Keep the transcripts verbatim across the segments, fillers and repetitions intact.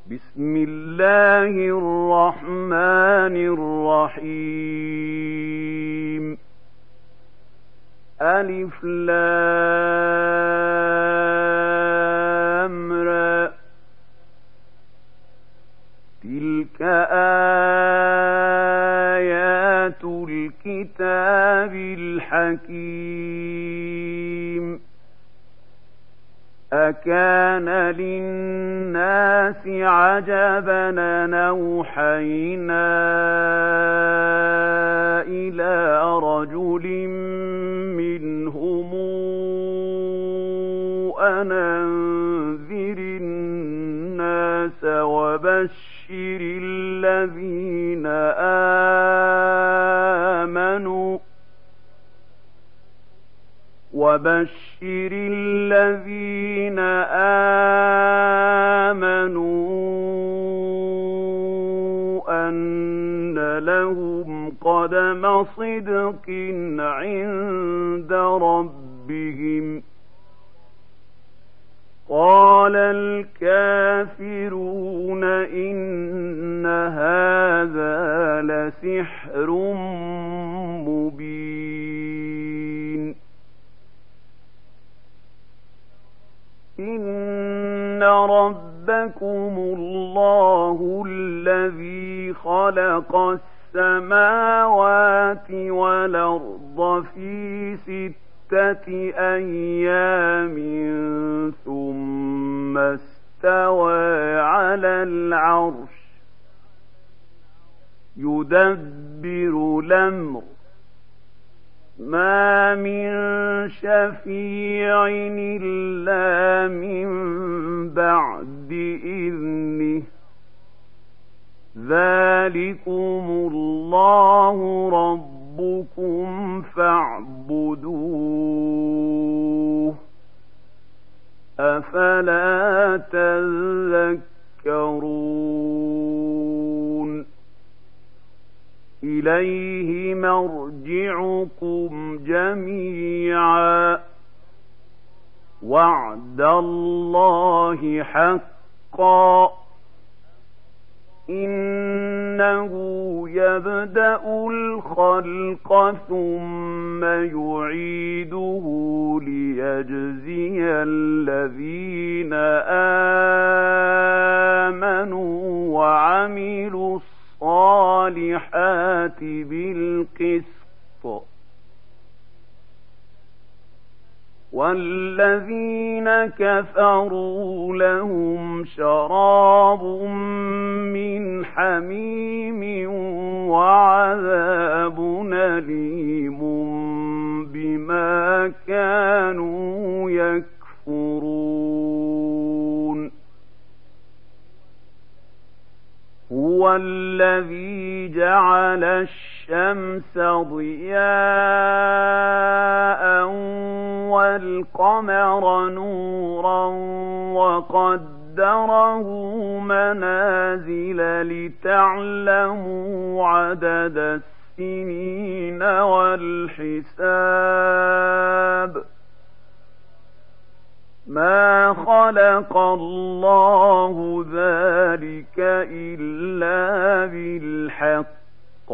بسم الله الرحمن الرحيم. ألف لام را. تلك آيات الكتاب الحكيم. أكان للناس عجبا أن أوحينا إلى رجل منهم أن أنذر الناس وبشر الذين آمنوا وبشر الذين آمنوا أن لهم قدم صدق عند ربهم. قال الكافرون إن هذا لسحر مبين. إن ربكم الله الذي خلق السماوات والأرض في ستة أيام ثم استوى على العرش يدبر الأمر ما من شفيع إلا من بعد إذنه. ذلكم الله ربكم فاعبدوه أفلا تذكرون. إليه مرجعكم جميعا وعد الله حقا. إنه يبدأ الخلق ثم يعيده ليجزي الذين آمنوا وعملوا الصالحات بالقسط. والذين كفروا لهم شراب من حميم وعذاب أليم بما كانوا يكفرون. هو الذي جعل الشمس ضياء والقمر نورا وقدره منازل لتعلموا عدد السنين والحساب. ما خلق الله ذلك إلا بالحق.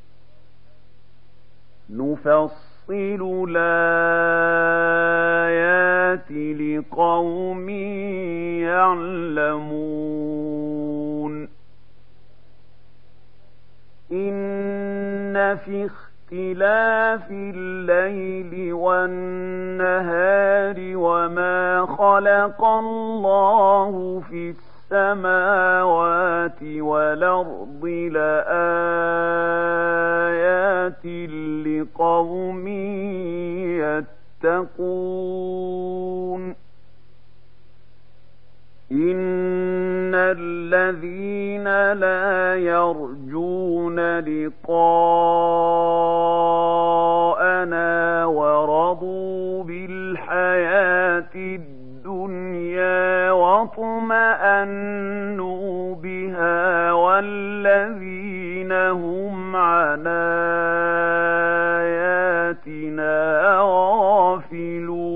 نفصل الآيات لقوم يعلمون. إن في اختلاف الليل والنهار وما خلق الله في السماوات والأرض لآيات لقوم يتقون. إن الذين لا يرجون لقاءنا ورضوا بالحياة الدنيا واطمأنوا بها والذين هم عن آياتنا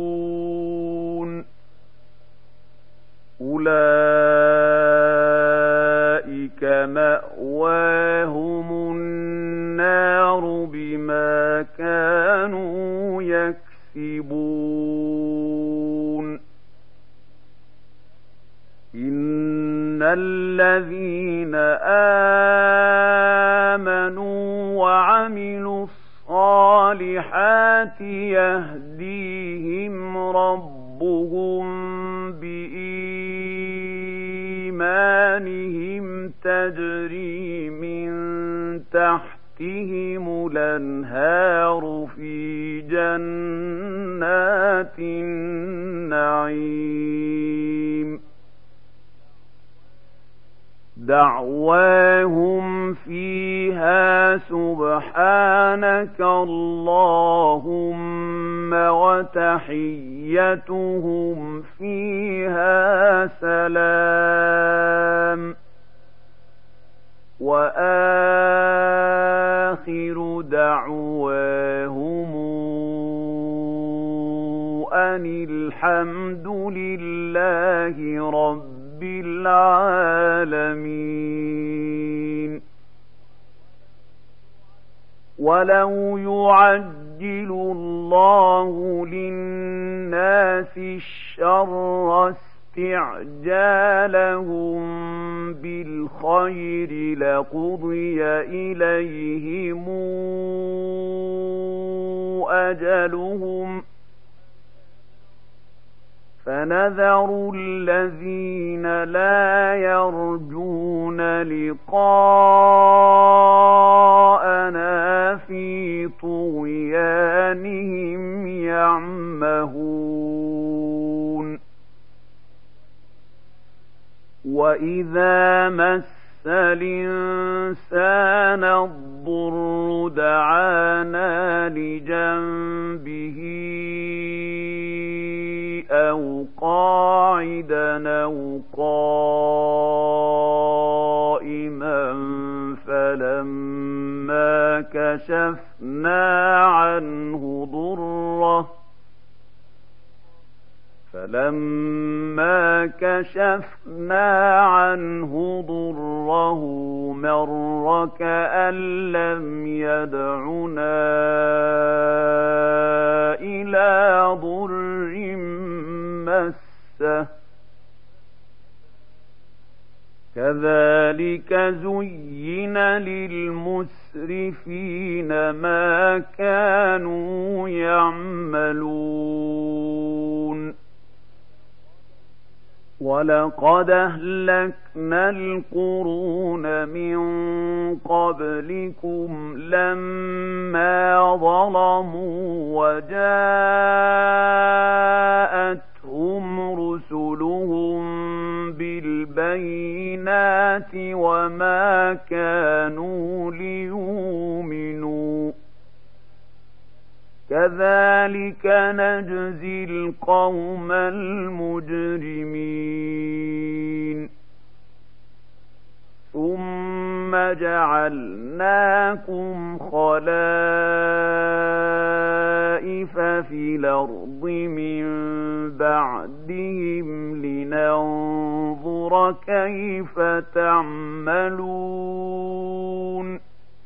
غافلون أولئك أولئك مأواهم النار بما كانوا يكسبون إن الذين آمنوا وعملوا الصالحات يهديهم ربهم بإيمانهم تجري من تحتهم الأنهار في جنات النعيم دعواهم فيها سبحانك اللهم وتحيتهم فيها سلام وآخر دعواهم أن الحمد لله رب العالمين ولو يعجل الله للناس الشر استعجالهم بالخير لقضي إليهم أجلهم فنذر الذين لا يرجون لقاءنا في طغيانهم يعمهون وإذا مس الإنسان الضر دعانا لجنبه أو قاعدا أو قائما فلما كشفنا عنه ضره فلما كشفنا عنه ضره مر كأن لم يدعنا إلى ضر مسه كذلك زين للمسرفين ما كانوا يعملون ولقد أهلكنا القرون من قبلكم لما ظلموا وجاءتهم رسلهم بالبينات وما كانوا ليؤمنوا كذلك نجزي القوم المجرمين ثم جعلناكم خلائف في الأرض من بعدهم لننظر كيف تعملون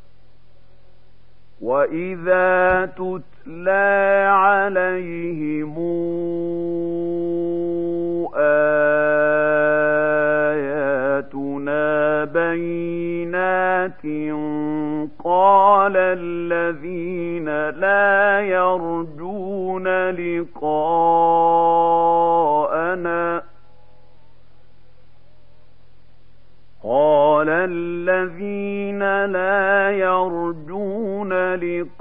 وإذا تتلى عليهم آياتنا بينات قال الذين لا يرجون لقاءنا قال الذين لا يرجون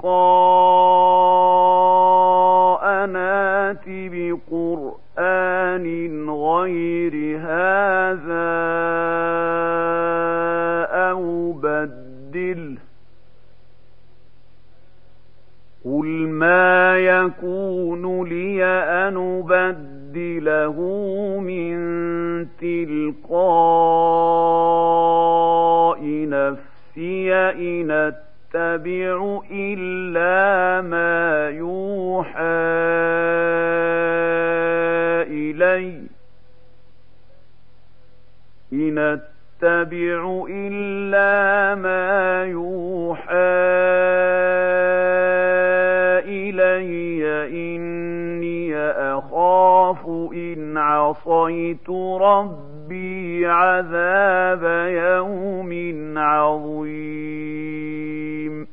لقاءنا ائت بقرآن غير هذا أو بدله قل ما يكون لي أن أبدله من تلقاء نفسي إن أتبع إلا ما يوحى إلي إن أتبع إلا ما يوحى إلي إني أخاف إن عصيت ربي عذاب يوم عظيم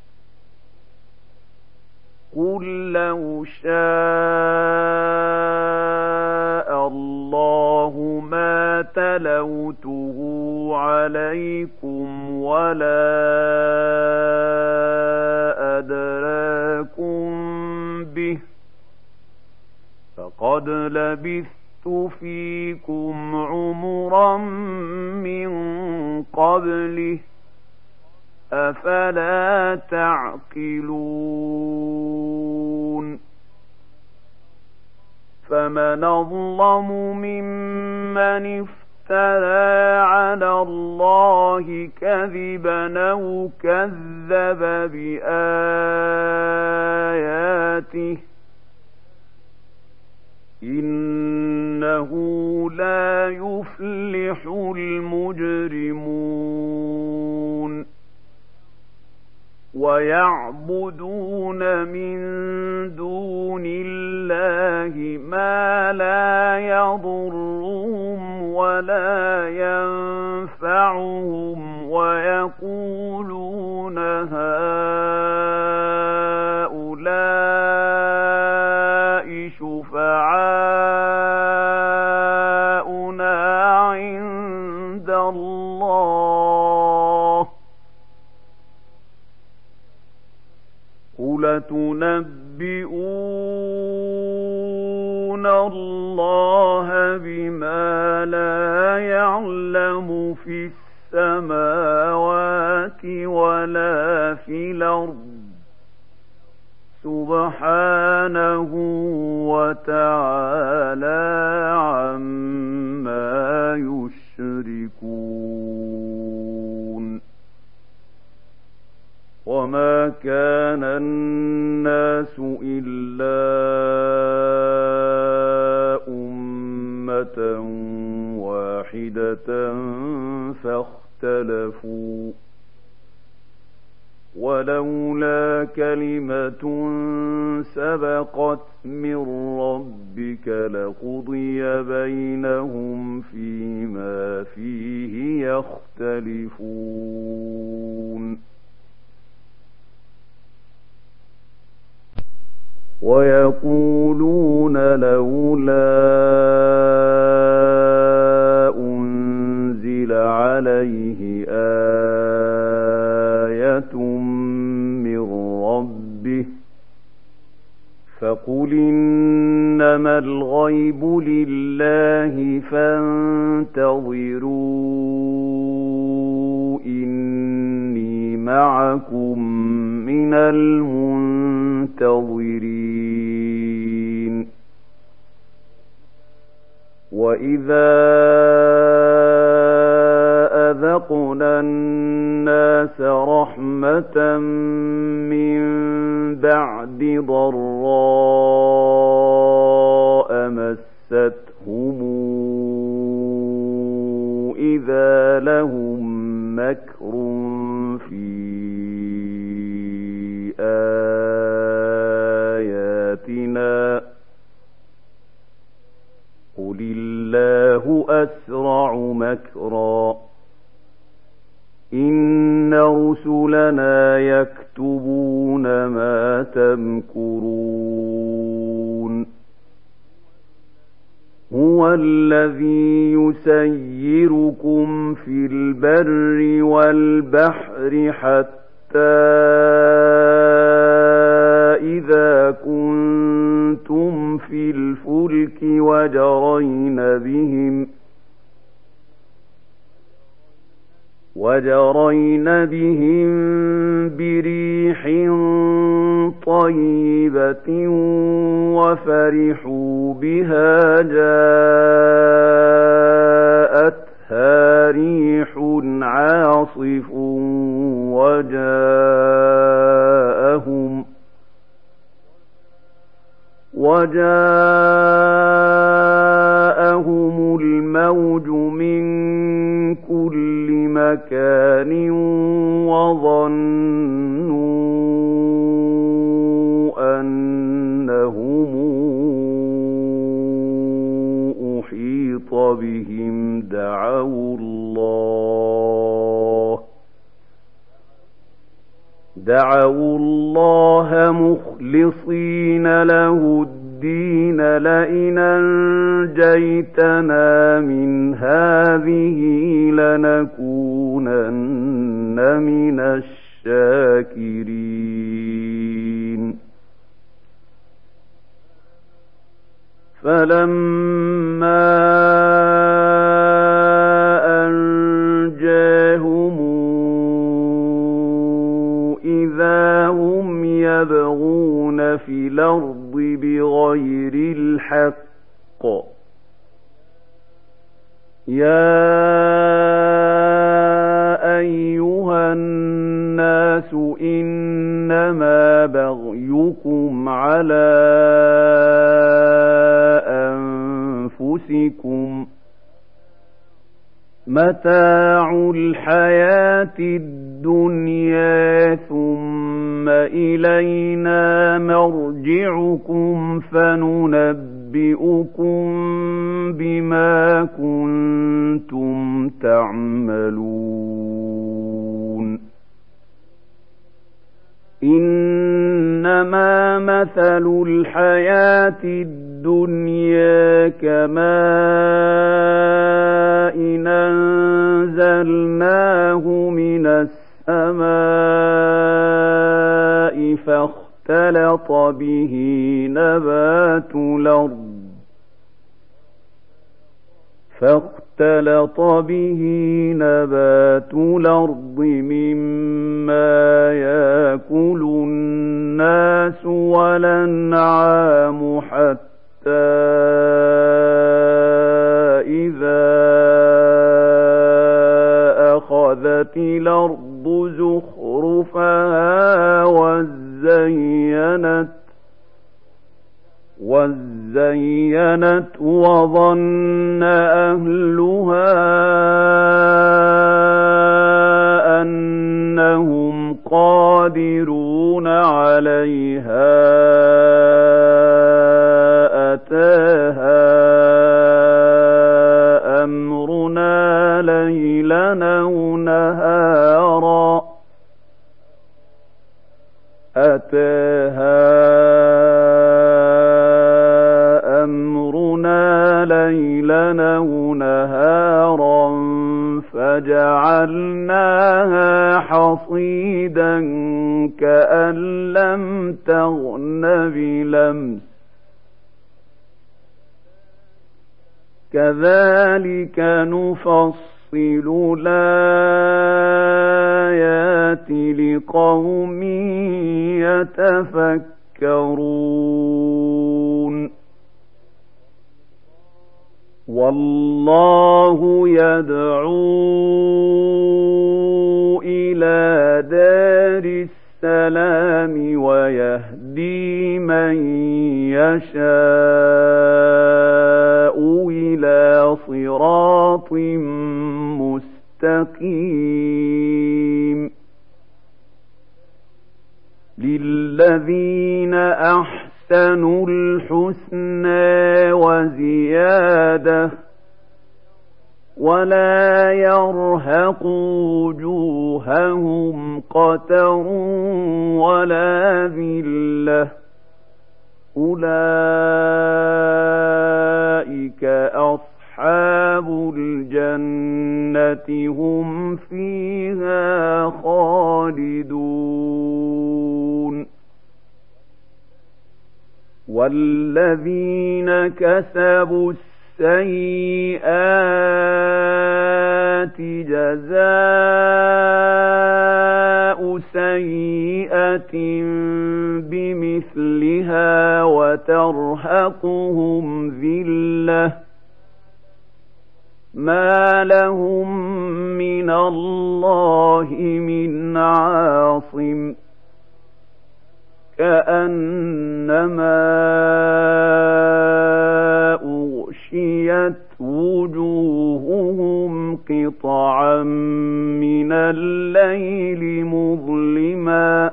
قل لو شاء الله ما تلوته عليكم ولا أدراكم به فقد لبثت فيكم عمرا من قبله أفلا تعقلون فمن أظلم ممن افترى على الله كذبا أو كذب بآياته إنه لا يفلح المجرمون ويعبدون من دون الله ما لا يضرهم ولا ينفعهم ويقولون هؤلاء شفعاؤنا عند الله قل تنبئون الله بما لا يعلم في السماوات ولا في الأرض سبحانه وتعالى عما يشركون وما كان الناس إلا أمة واحدة فاختلفوا ولولا كلمة سبقت من ربك لقضي بينهم فيما فيه يختلفون ويقولون لولا أنزل عليه آية من ربه فقل إنما الغيب لله فانتظروا إني معكم من المنتظرين وإذا أذقنا الناس رحمة من بعد ضراء مستهم إذا لهم مكر في آياتنا قل الله أسرع مكرا إن رسلنا يكتبون ما تمكرون هو الذي يسيركم في البر والبحر حتى إذا كنتم في الفلك وجرين بهم وجرين بهم بريح طيبة وفرحوا بها جاءتها ريح عاصف وجاءهم وجاءهم الموج من كل مكان وظنوا أنهم أحيط بهم دعوا الله دعوا الله مخلصين له الدين لئن أنجيتنا من هذه لنكونن من الشاكرين فلما أنجاهم إذا هم يبغون في الأرض بغير الحق يا أيها الناس إنما بغيكم على أنفسكم متاع الحياة الدنيا ثم إلينا مرجعكم فننبئكم بما كنتم تعملون إنما مثل الحياة الدنيا كماء أنزلناه من السماء فاختلط به نبات الأرض فاختلط به نبات الأرض مما يأكل الناس والأنعام حتى إذا أخذت الأرض زخرفها وزينت وزينت وظن أهلها أنهم قادرون عليها أتاها أمرنا ليلا أو نهارا أتاها أمرنا ليلا أو نهارا فجعلناها حصيدا كأن لم تغن بلمس كذلك نفصل الآيات لقوم يتفكرون والله يدعو إلى دار السلام ويهدي من يشاء إلى صراط مستقيم للذين أحسنوا الحسنى وزيادة ولا يرهق وجوههم قتر ولا ذلة أولئك أصحاب الجنة هم فيها خالدون والذين كسبوا السيئات جزاء سيئة بمثلها وترهقهم ذلة ما لهم من الله من عاصم كأنما أغشيت وجوههم قطعا من الليل مظلما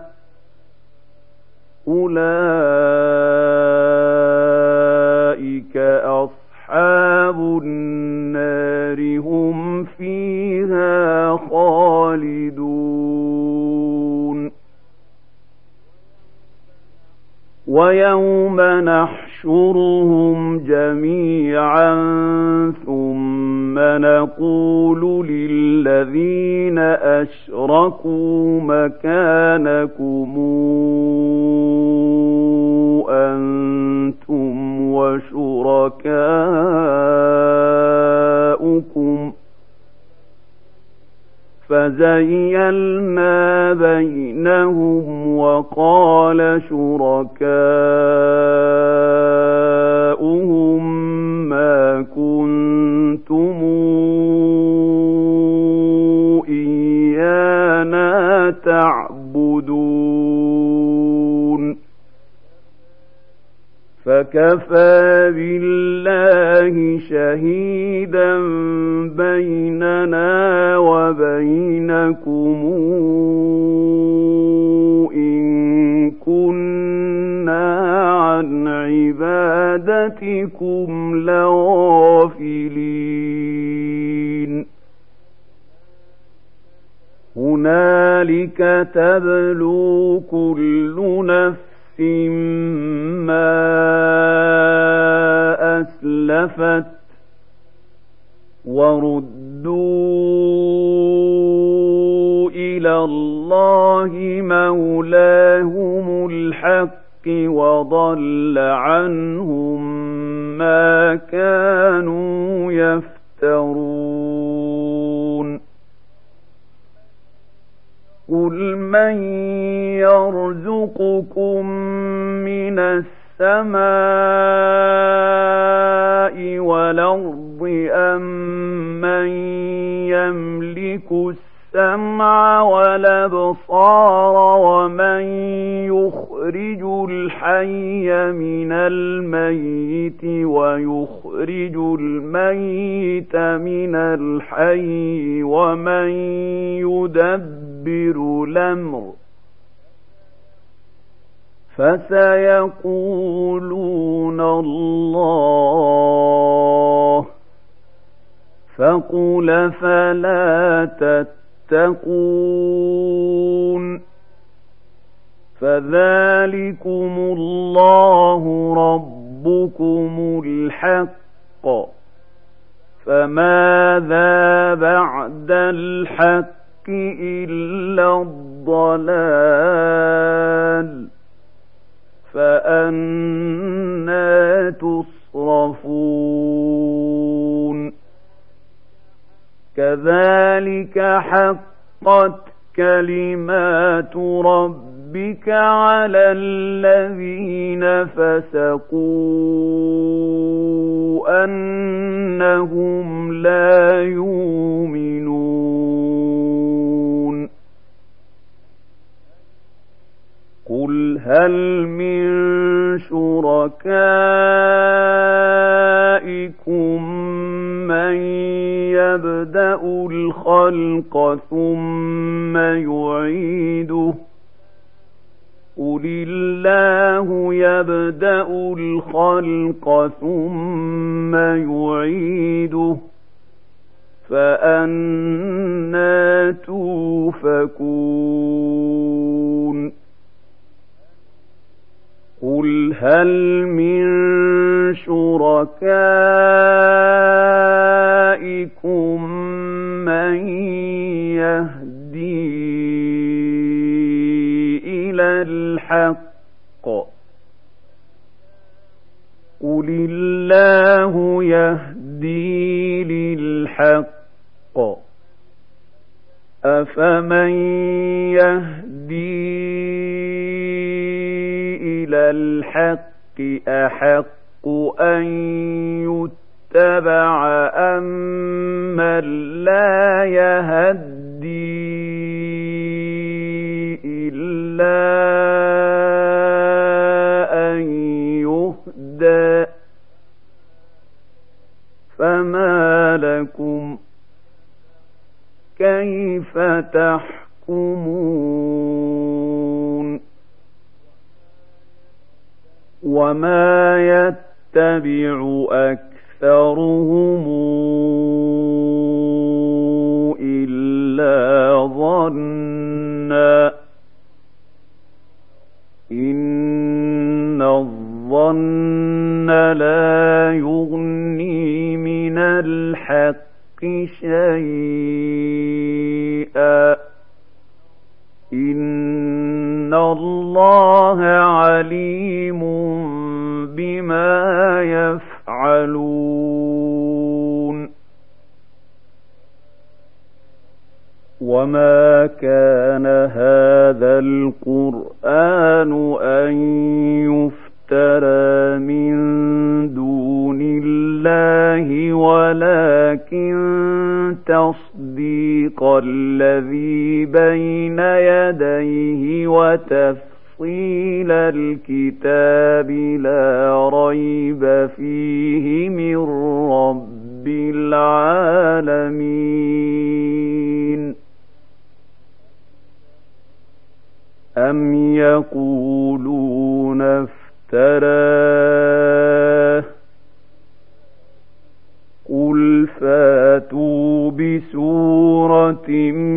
أولئك أصحاب النار هم فيها خالدون ويوم نحشرهم جميعا ثم نقول للذين أشركوا مكانكم أنتم وشركاؤكم فزيلنا بينهم وقال شركاؤهم ما كنتم إيانا تعبدون فكفى بالله شهيدا بيننا وبينكم إن كنا عن عبادتكم لغافلين هنالك تبلو كل نفس ما أسلفت وردوا إلى الله مولاهم الحق وضل عنهم ما كانوا يفترون قل من يرزقكم من السماء والأرض أم من يملك السمع والأبصار ومن يخرج الحي من الميت ويخرج الميت من الحي ومن يدبر الأمر فسيقولون الله فقل فلا تتقون فذلكم الله ربكم الحق فماذا بعد الحق إلا الضلال فأنى تصرفون كذلك حقت كلمات ربك على الذين فسقوا أنهم لا يؤمنون قل هل من شركائكم من يبدأ الخلق ثم يعيده قل الله يبدأ الخلق ثم يعيده فأنى توفكون قل هل من شركائكم من يهدي إلى الحق قل الله يهدي للحق أفمن يهدي إلى الحق أحق أن يتبع أم من لا يهدي إلا أن يهدى فما لكم كيف تحكمون وما يتبع أكثرهم إلا ظنا إن الظن لا يغني من الحق شيئا إن الله عليم بما يفعلون وما كان هذا القرآن أن يفترى من دون الله ولكن تصديق الذي بين يديه وتفصيل الكتاب لا ريب فيه من رب العالمين أم يقولون افتراه قل فاتوا بسورة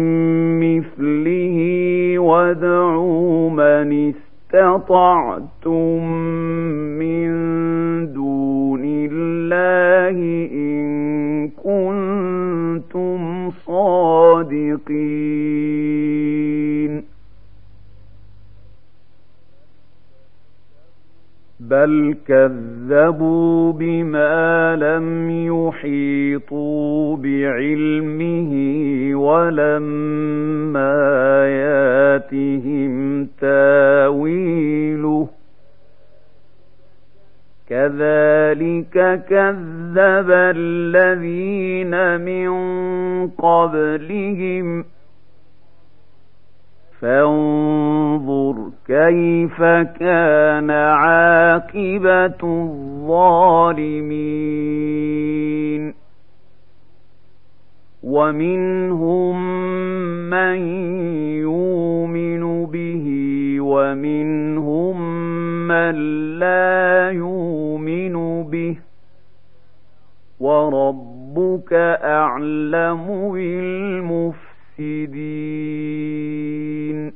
مثله وادعوا من استطعتم من دون الله إن كنتم صادقين بل كذبوا بما لم يحيطوا بعلمه ولما ياتهم تاويله كذلك كذب الذين من قبلهم فانظر كيف كان عاقبة الظالمين ومنهم من يؤمن به ومنهم من لا يؤمن به وربك أعلم بالمفسدين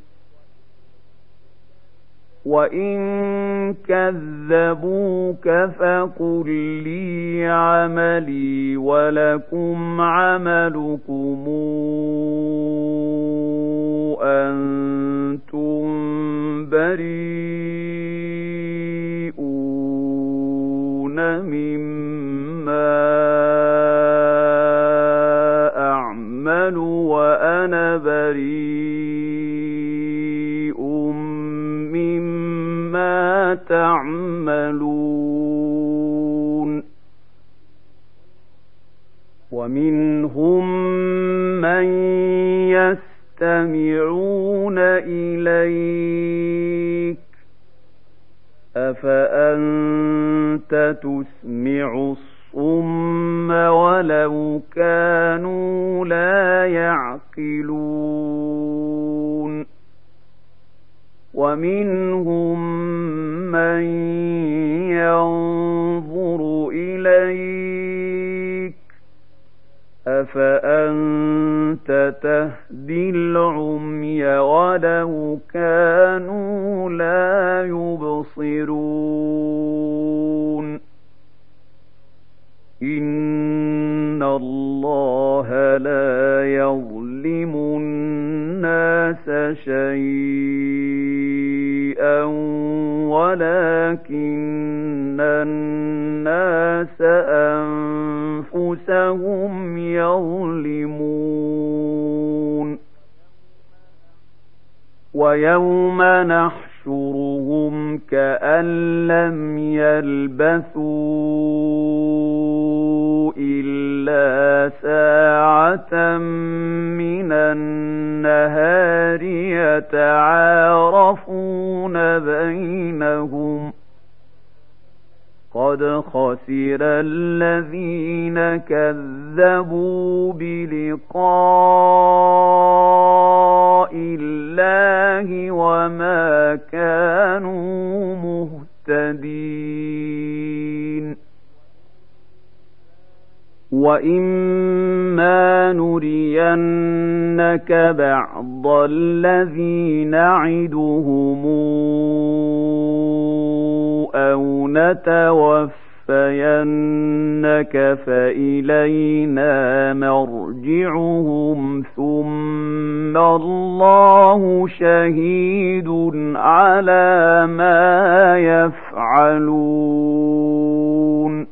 وإن كذبوك فقل لي عملي ولكم عملكم أنتم بريئون مما أعمل وأنا بريء مما تعملون ومنهم من يستمعون إليك أفأنت تسمع الصم ولو كانوا لا يعقلون ومنهم من ينظر إليك أفأنت تهدي العمي ولو كانوا لا يبصرون إن الله لا يظلم الناس شيئا ولكن الناس أنفسهم يظلمون ويوم نحشرهم كأن لم يلبثوا إلا ساعة من النهار يتعارفون بينهم قد خسر الذين كذبوا بلقاء وإما نرينك بعض الذي نعدهم أو نتوفينك فإلينا مرجعهم ثم الله شهيد على ما يفعلون.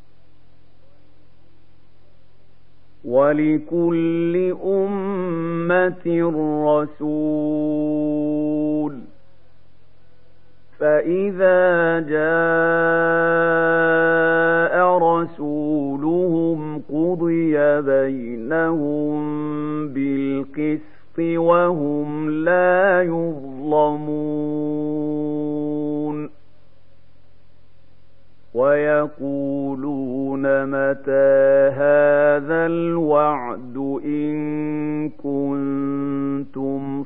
ولكل أمة رسول، فإذا جاء رسولهم قضي بينهم بالقسط وهم لا يظلمون. ويقولون متى هذا الوعد إن كنتم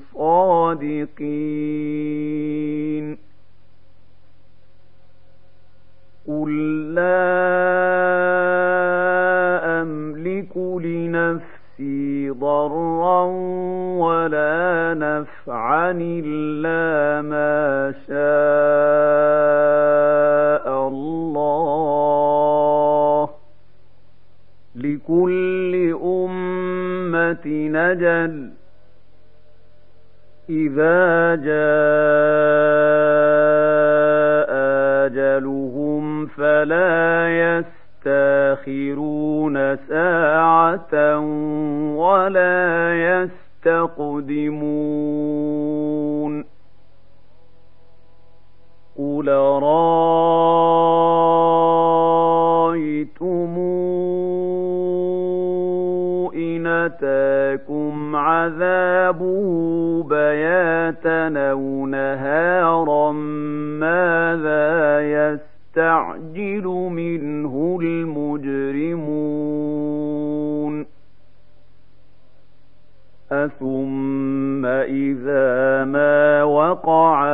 صادقين. قل لا أملك لنفسي ضرا ولا نفعا إلا ما شاء الله، لكل أمة أجل، إذا جاء أجلهم فلا يستأخرون ساعة ولا يستقدمون. قل رأيتم إن أتاكم عذابه بياتا أو نهارا ماذا يستعجل منه المجرمون. أثم إذا ما وقع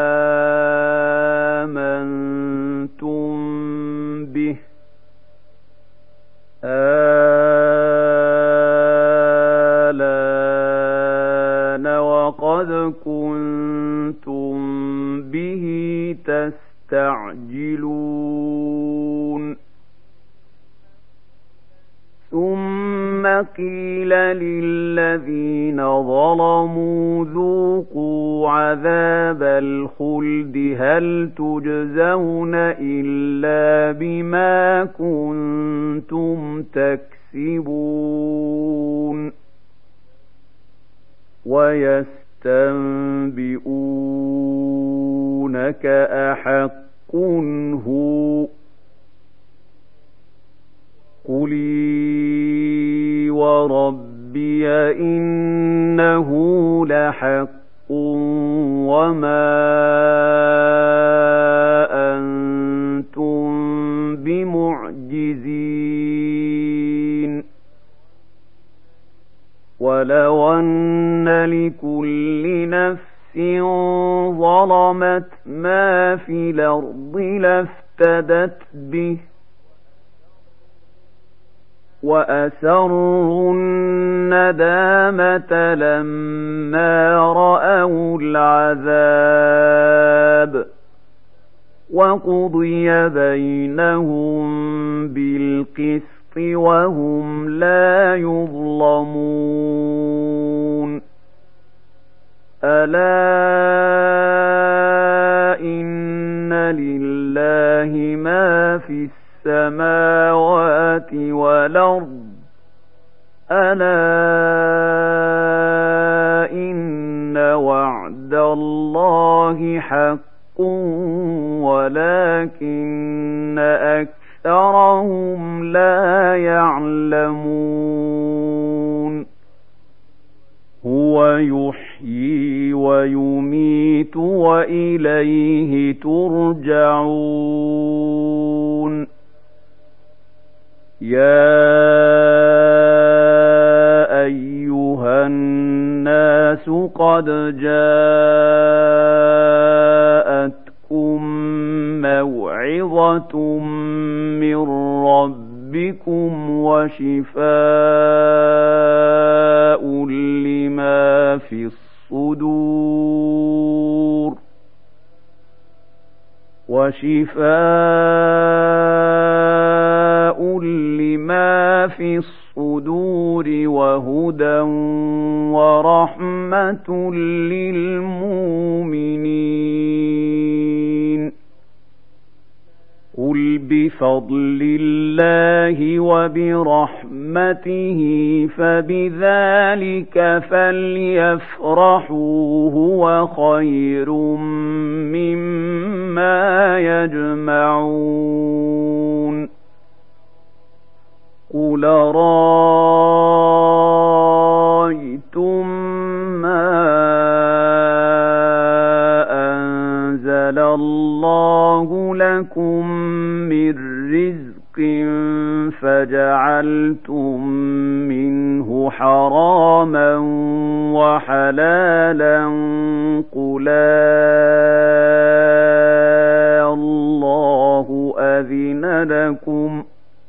آمنتم به آلان وقد كنتم به تستعجلون. ثم قيل للذين ظلموا ذوقوا عذاب الخلد هل تجزون إلا بما كنتم تكسبون. ويستنبئونك أحق هو، قُلِي وَرَبِّي إِنَّهُ لَحَقٌّ وَمَا أَنتُم بِمُعْجِزِينَ. وَلَوْ أَنَّ لِكُلِّ نَفْسٍ ظَلَمَتْ مَا فِي الْأَرْضِ لَافْتَدَتْ بِهِ وَأَسَرُّوا النَّدَامَةَ لَمَّا رَأَوُا الْعَذَابَ وَقُضِيَ بَيْنَهُم بِالْقِسْطِ وَهُمْ لَا يُظْلَمُونَ. أَلَا إِنَّ لِلَّهِ مَا فِي السماوات والأرض ألا إن وعد الله حق ولكن أكثرهم لا يعلمون. هو يحيي ويميت وإليه ترجعون. يا أيها الناس قد جاءتكم موعظة من ربكم ربكم وشفاء لما في الصدور وشفاء لما في الصدور وهدى ورحمة للمؤمنين. قل بفضل الله وبرحمته فبذلك فليفرحوا هو خير مما يجمعون. قل رأيتم ما أنزل الله لكم من رزق فجعلتم منه حراما وحلالا قل الله أذن لكم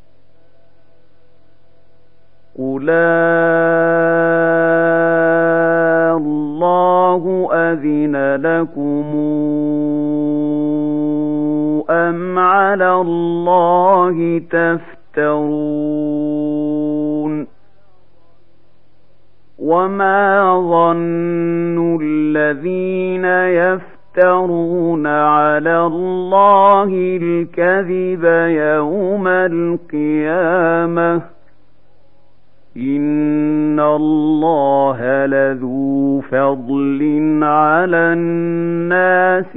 قل الله أذن لكم أم على الله تفترون. وما ظن الذين يفترون على الله الكذب يوم القيامة إن الله لذو فضل على الناس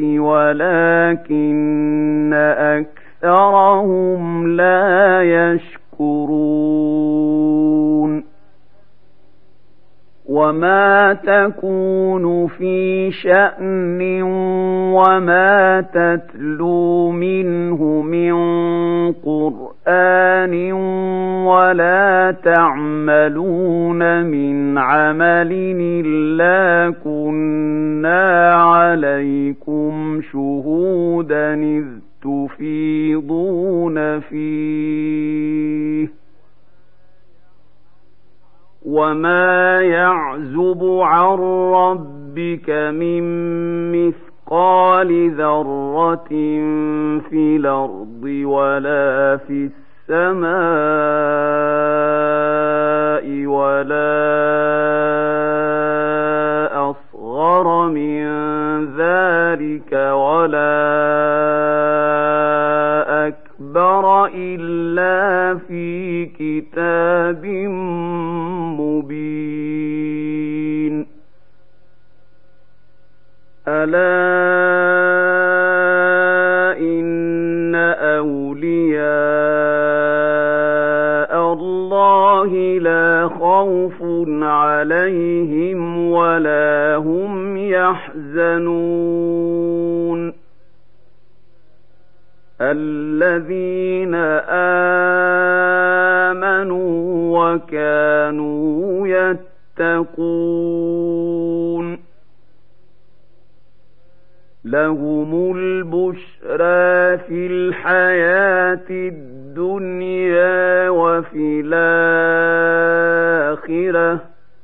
ولكن أكثرهم لا يشكرون. وما تكون في شأن وما تتلو منه من قرآن ولا تعملون من عمل إلا كنا عليكم شهودا إذ تفيضون فيه. وما يعزب عن ربك من مثقال ذرة في الأرض ولا في السماء ولا أصغر من ذلك ولا أكبر إلا في كتاب مبين. ألا إن أولياء الله لا خوف عليهم ولا هم يحزنون. الذين آمنوا وكانوا يتقون لهم البشرى في الحياة الدنيا وفي الآخرة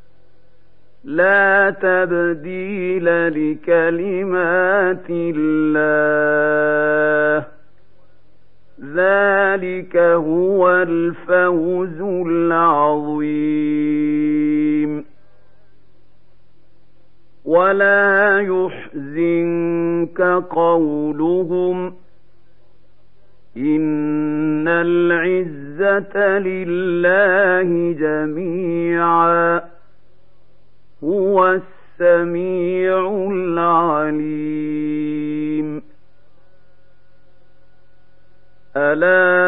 لا تبديل لكلمات الله ذلك هو الفوز العظيم. ولا يحزنك قولهم إن العزة لله جميعا هو السميع العليم. ألا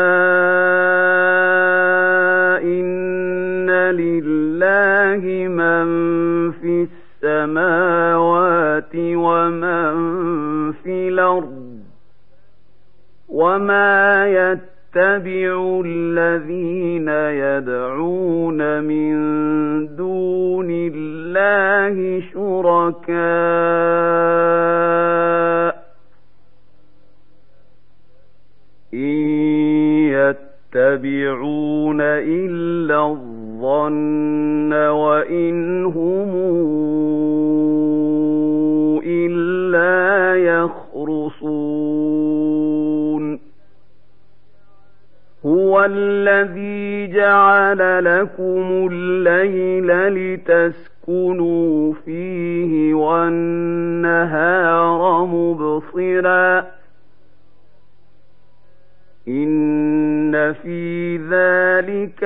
إن لله من في السماوات ومن في الأرض وما يتبع الذين يدعون من دون الله شركاء إن يتبعون الظن وإن هم إلا يخرصون هو الذي جعل لكم الليل لتسكنوا فيه والنهار مبصرا إن في ذلك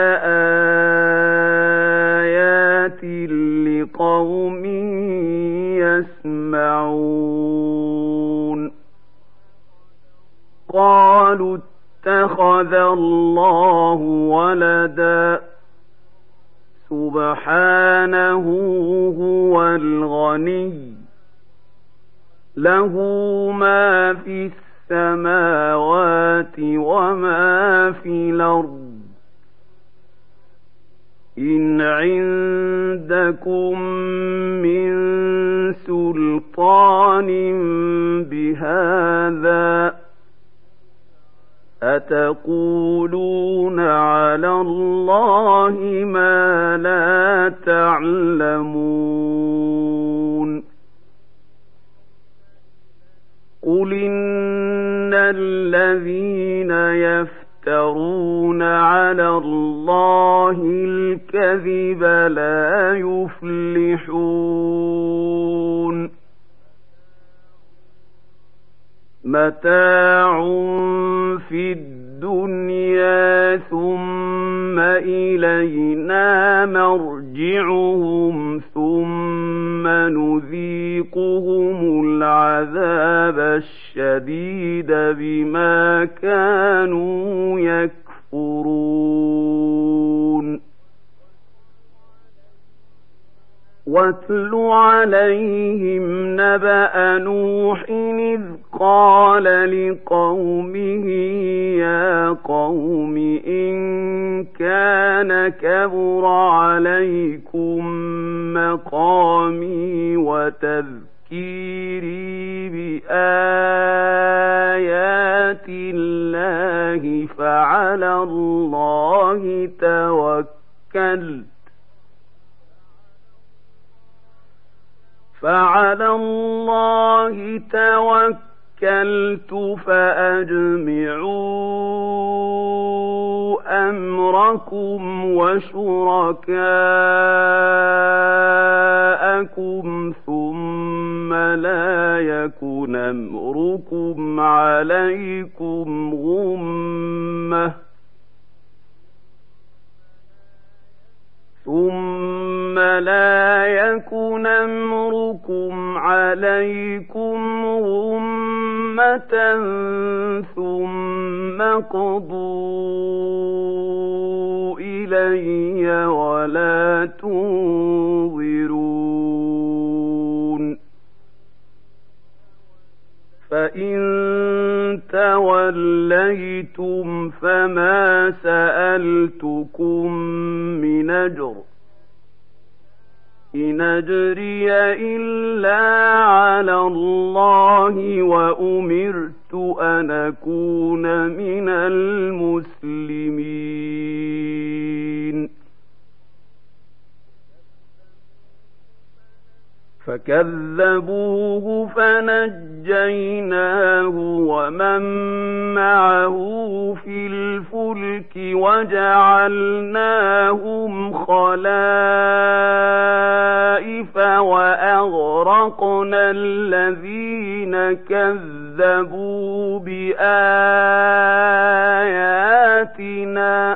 لآيات لقوم يسمعون قالوا اتخذ الله ولدا سبحانه هو الغني له ما في السماوات وما في الأرض إن عندكم من سلطان بهذا أتقولون على الله ما لا تعلمون قل إن الذين يفترون على الله الكذب لا يفلحون متاع في الدنيا ثم إلينا مرجعهم ثم نذيقهم العذاب الشديد بما كانوا يكفرون واتل عليهم نبأ نوح إذ قال لقومه يا قوم إن كان كبر عليكم مقامي وتذكيري بآيات الله فعلى الله توكلت فعلى الله توكلت فأجمعوا أمركم وشركاءكم ثم لا يكن أمركم عليكم غمة ثم لا يكن أمركم عليكم غمة ثم قضوا إلي ولا تنظرون فإن توليتم فما سألتكم من أجر إن أجري إلا على الله وأمرت أن أكون من المسلمين فكذبوه فنجيناه ومن معه في الفلك وجعلناهم خلائف وأغرقنا الذين كذبوا بآياتنا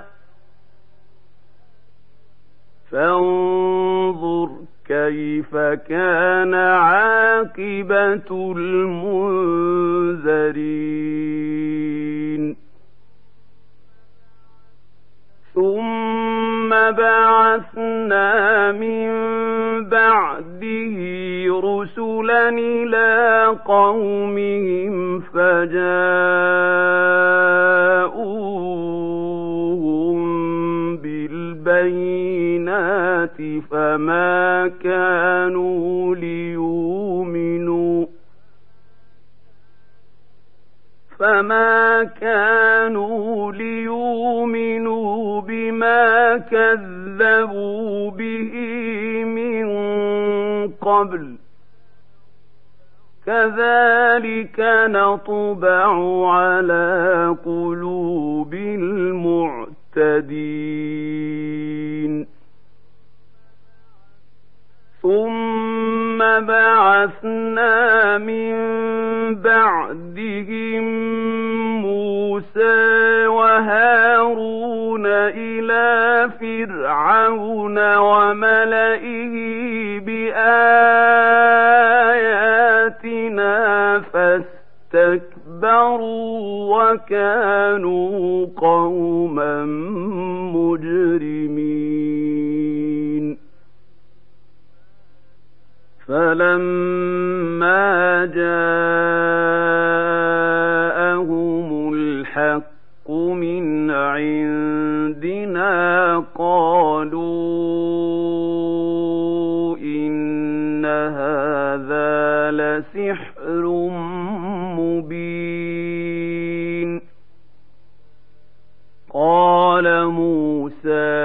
فانظر كيف كان عاقبة المنذرين ثم بعثنا من بعده رسلا إلى قومهم فجاءوهم بالبينات فما كانوا ليؤمنوا فما كانوا ليؤمنوا بما كذبوا كذبوا به من قبل كذلك نطبع على قلوب المعتدين ثم بعثنا من بعدهم موسى وهارون إلى فرعون وملئه بآياتنا فاستكبروا وكانوا قوما مجرمين فلما جاءهم الحق من عندنا قالوا إن هذا لسحر مبين قال موسى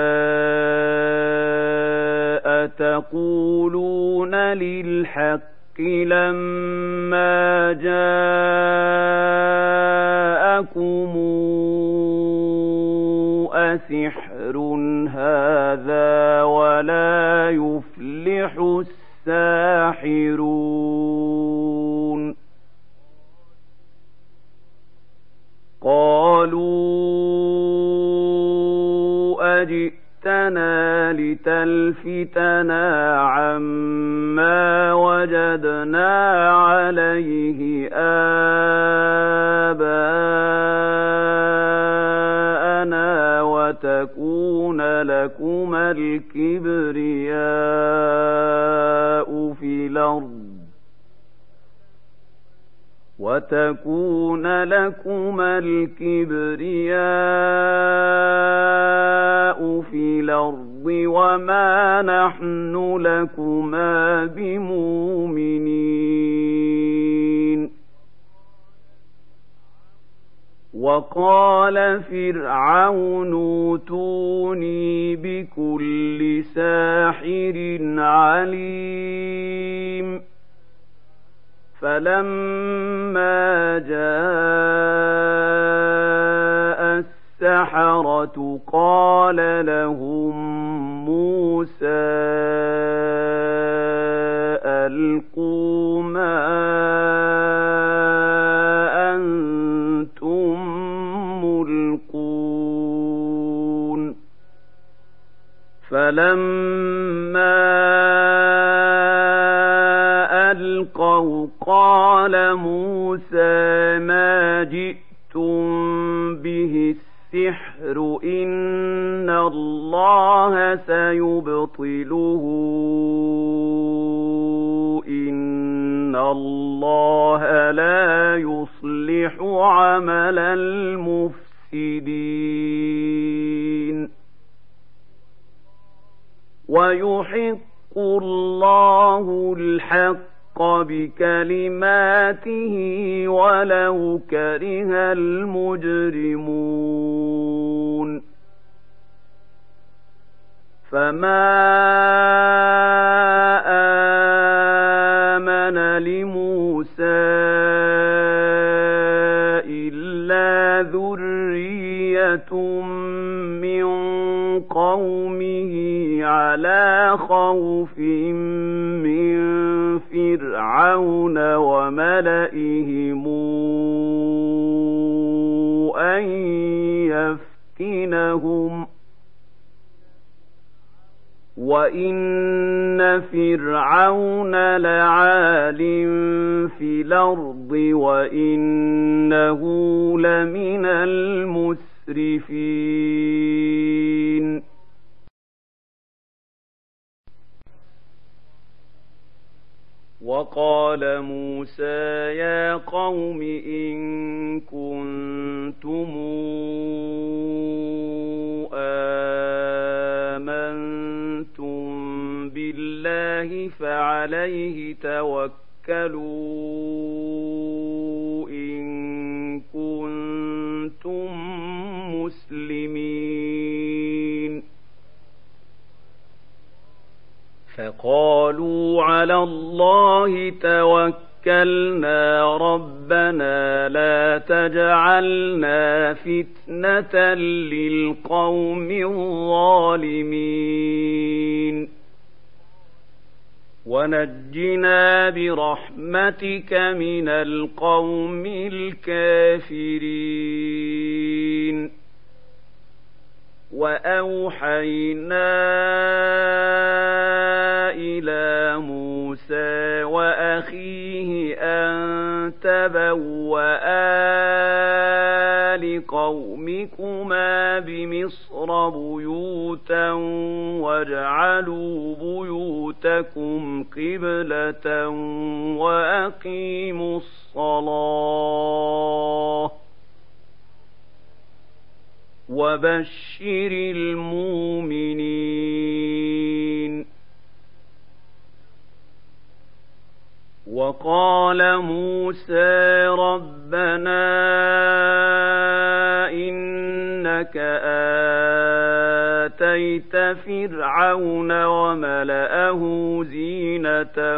أتقولون للحق لما جاءكم أسحر هذا ولا يفلح الساحرون قالوا أجئتنا لتلفتنا عما وجدنا عليه آباءنا وتكون لكما الكبرياء في الأرض وتكون لكما الكبرياء في الأرض وما نحن لكما بمؤمنين وقال فرعون ائتوني بكل ساحر عليم فلما جاء السحرة قال لهم موسى ألقوا ما أنتم ملقون فلما ألقوا قال موسى ما جئتم به السحر إن الله سيبطله إن الله لا يصلح عمل المفسدين ويحق الله الحق بكلماته ولو كره المجرمون فما آمن لموسى إلا ذرية من قومه على خوف من فرعون وملئهم أن يفتنهم وإن فرعون لعال في الأرض وإنه لمن المسرفين وقال موسى يا قوم إن كنتم آمنتم بالله فعليه توكلوا إن كنتم مسلمين فقالوا على الله توكلنا ربنا لا تجعلنا فتنة للقوم الظالمين ونجنا برحمتك من القوم الكافرين. وأوحينا إلى موسى وأخيه أن تبوآ لقومكما بمصر بيوتا واجعلوا بيوتكم قبلة وأقيموا الصلاة وبشر المؤمنين. وقال موسى ربنا إنك آتيت فرعون وملأه زينة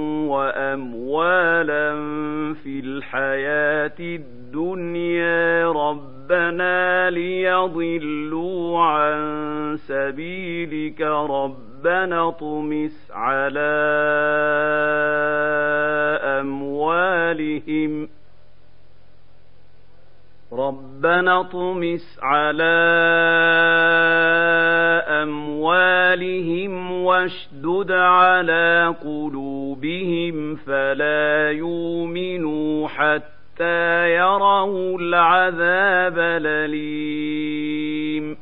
وأموالا في الحياة الدنيا ربنا ليضلوا عن سبيلك ربنا اطمس على أموالهم ربنا اطمس على أموالهم واشدد على قلوبهم فلا يؤمنوا حتى يروا العذاب الأليم.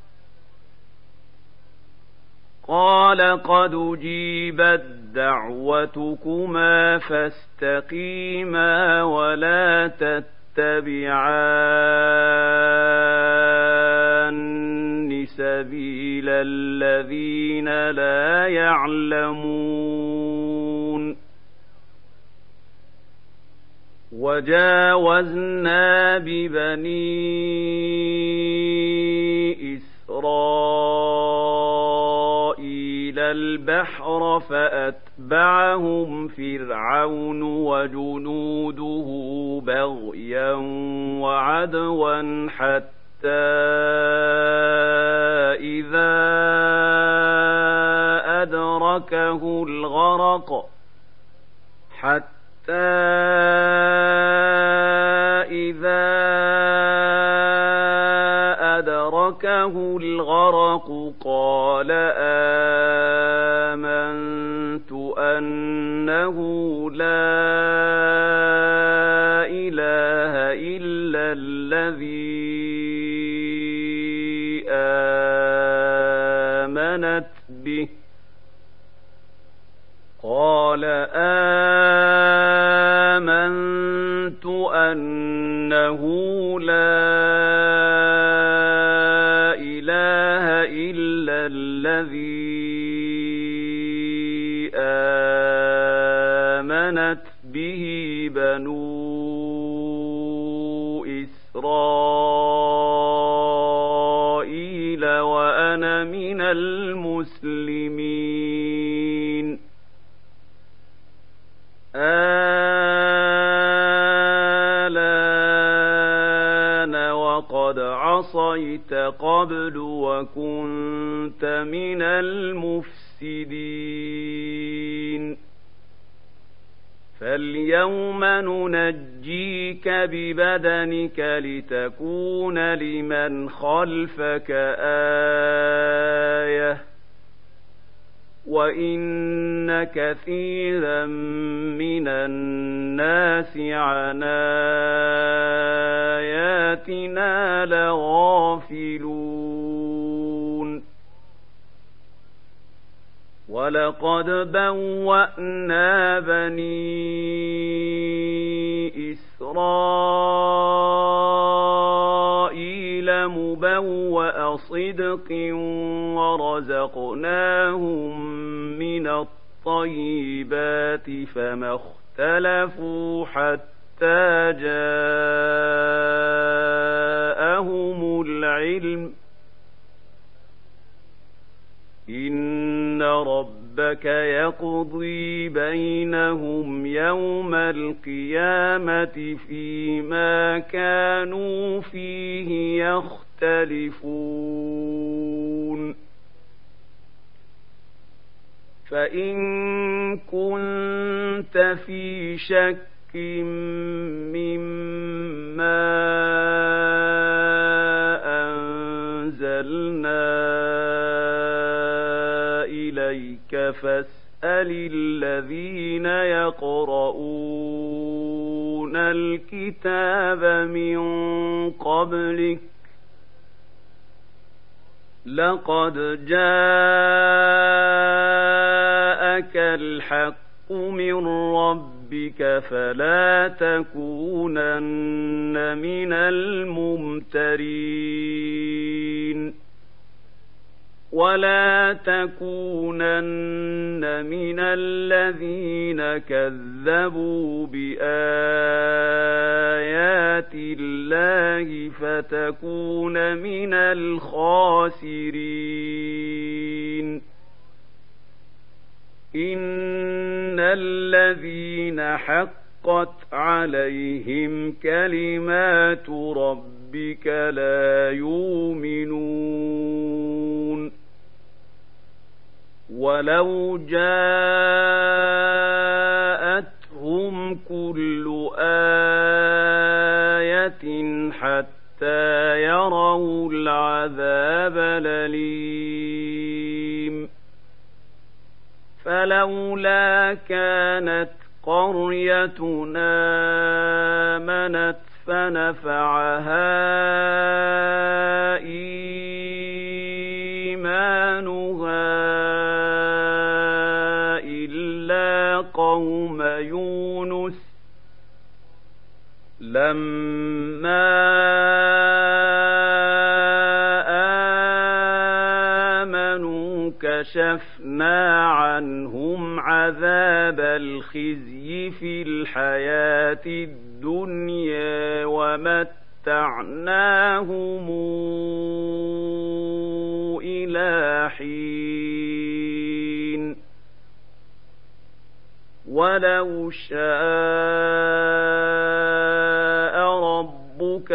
قال قد أجيبت دعوتكما فاستقيما ولا تتبعان سبيل الذين لا يعلمون. وجاوزنا ببني إسرائيل البحر فأتبعهم فرعون وجنوده بغيا وعدوا حتى إذا أدركه الغرق حتى إذا أدركه الغرق قال آمنت أنه لا إله إلا الذي آمنت به قال آمنت أنه لا إله إلا الذي آمنت به بنو إسرائيل وأنا من المسلمين. آلان وقد عصيت قبل وكنت من المفسدين فاليوم ننجيك ببدنك لتكون لمن خلفك آية وإن كثيرا من الناس عن آياتنا لغافلون. ولقد بوأنا بني إسرائيل مبوأ صدق ورزقناهم من الطيبات فما اختلفوا حتى جاءهم العلم إن ربهم ربك يقضي بينهم يوم القيامة فيما كانوا فيه يختلفون فإن كنت في شك مما أنزلنا إليك فاسأل الذين يقرؤون الكتاب من قبلك لقد جاءك الحق من ربك فلا تكونن من الممترين ولا تكونن من الذين كذبوا بآيات الله فتكون من الخاسرين إن الذين حقت عليهم كلمات ربك لا يؤمنون ولو جاءتهم كل آية حتى يروا العذاب الأليم فلولا كانت قريتنا آمنت فنفعها إيمانها إلا قوم يونس لما آمنوا كشفنا عنهم عذاب الخزي في الحياة الدنيا ومتعناهم إلى حين ولو شاء ربك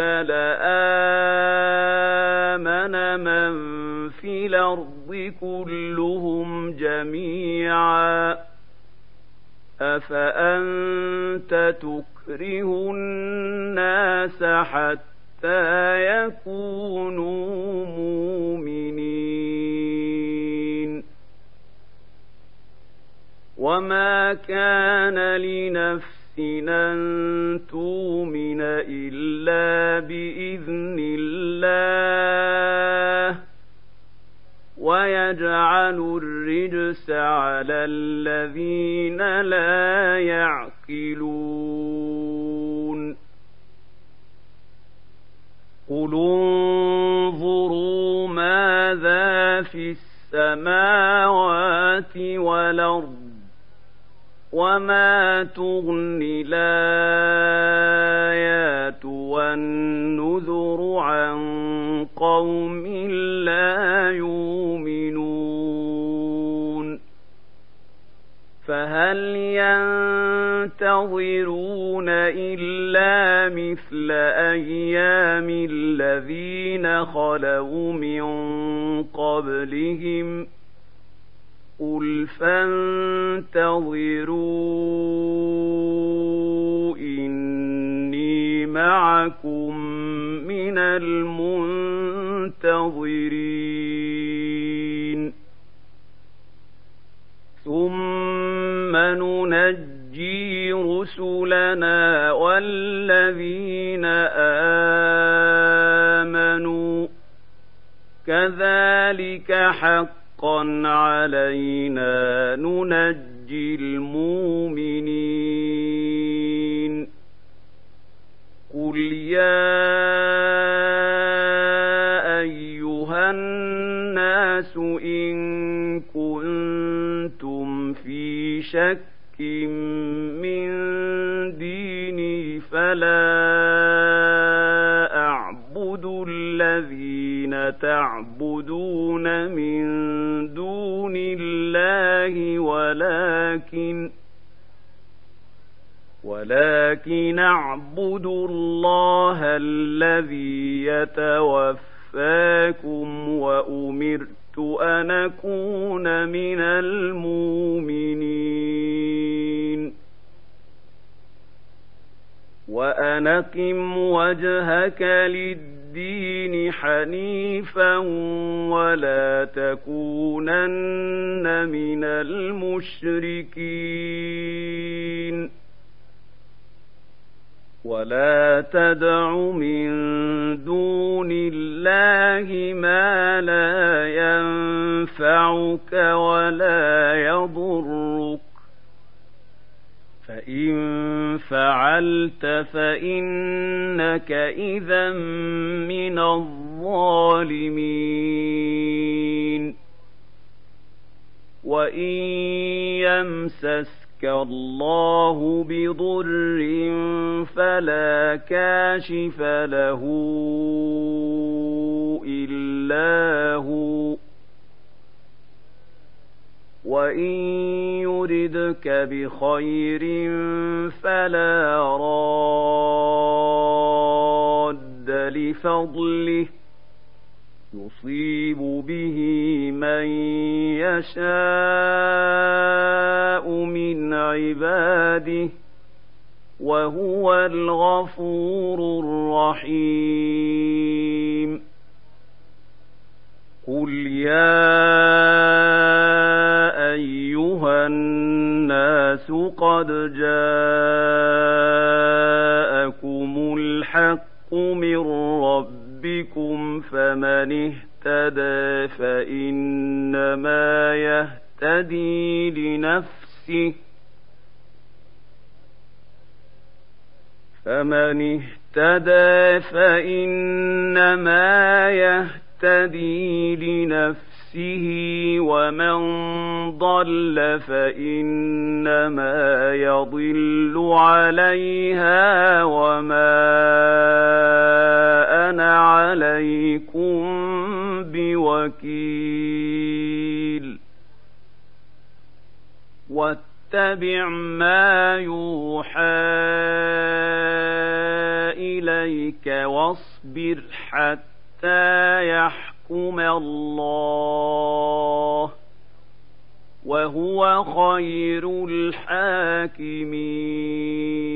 لآمن من في الأرض كلهم جميعا أفأنت تكره الناس حتى يكونوا مؤمنين وما كان لنفس أن تؤمن إلا بإذن الله ويجعل الرجس على الذين لا يعقلون قل انظروا ماذا في السماوات والأرض وما تغني الآيات والنذر عن قوم لا يؤمنون فهل ينتظرون إلا مثل أيام الذين خلوا من قبلهم قل فانتظروا إني معكم من المنتظرين ثم ننجي رسلنا والذين آمنوا كذلك حقا علينا ننجي المؤمنين قل يا أيها الناس إن كنتم في شك من ديني فلا أعبد الذين تعبدون من دون الله الله ولكن ولكن اعبدوا الله الذي يتوفاكم وأمرت أن أكون من المؤمنين وأن أقم وجهك للدين حنيفا ولا تكونن من المشركين ولا تدع من دون الله ما لا ينفعك ولا يضرك فإن فعلت فإنك إذا من الظالمين وإن يمسسك الله بضر فلا كاشف له إلا هو وإن يردك بخير فلا راد لفضله يصيب به من يشاء من عباده وهو الغفور الرحيم قل يا أيها الناس قد جاءكم الحق من ربكم فمن اهتدى فإنما يهتدي لنفسه فمن اهتدى فإنما يهتدي لنفسه ومن ضل فإنما يضل عليها وما أنا عليكم بوكيل واتبع ما يوحى إليك واصبر حتى يحكم الله وهو خير الحاكمين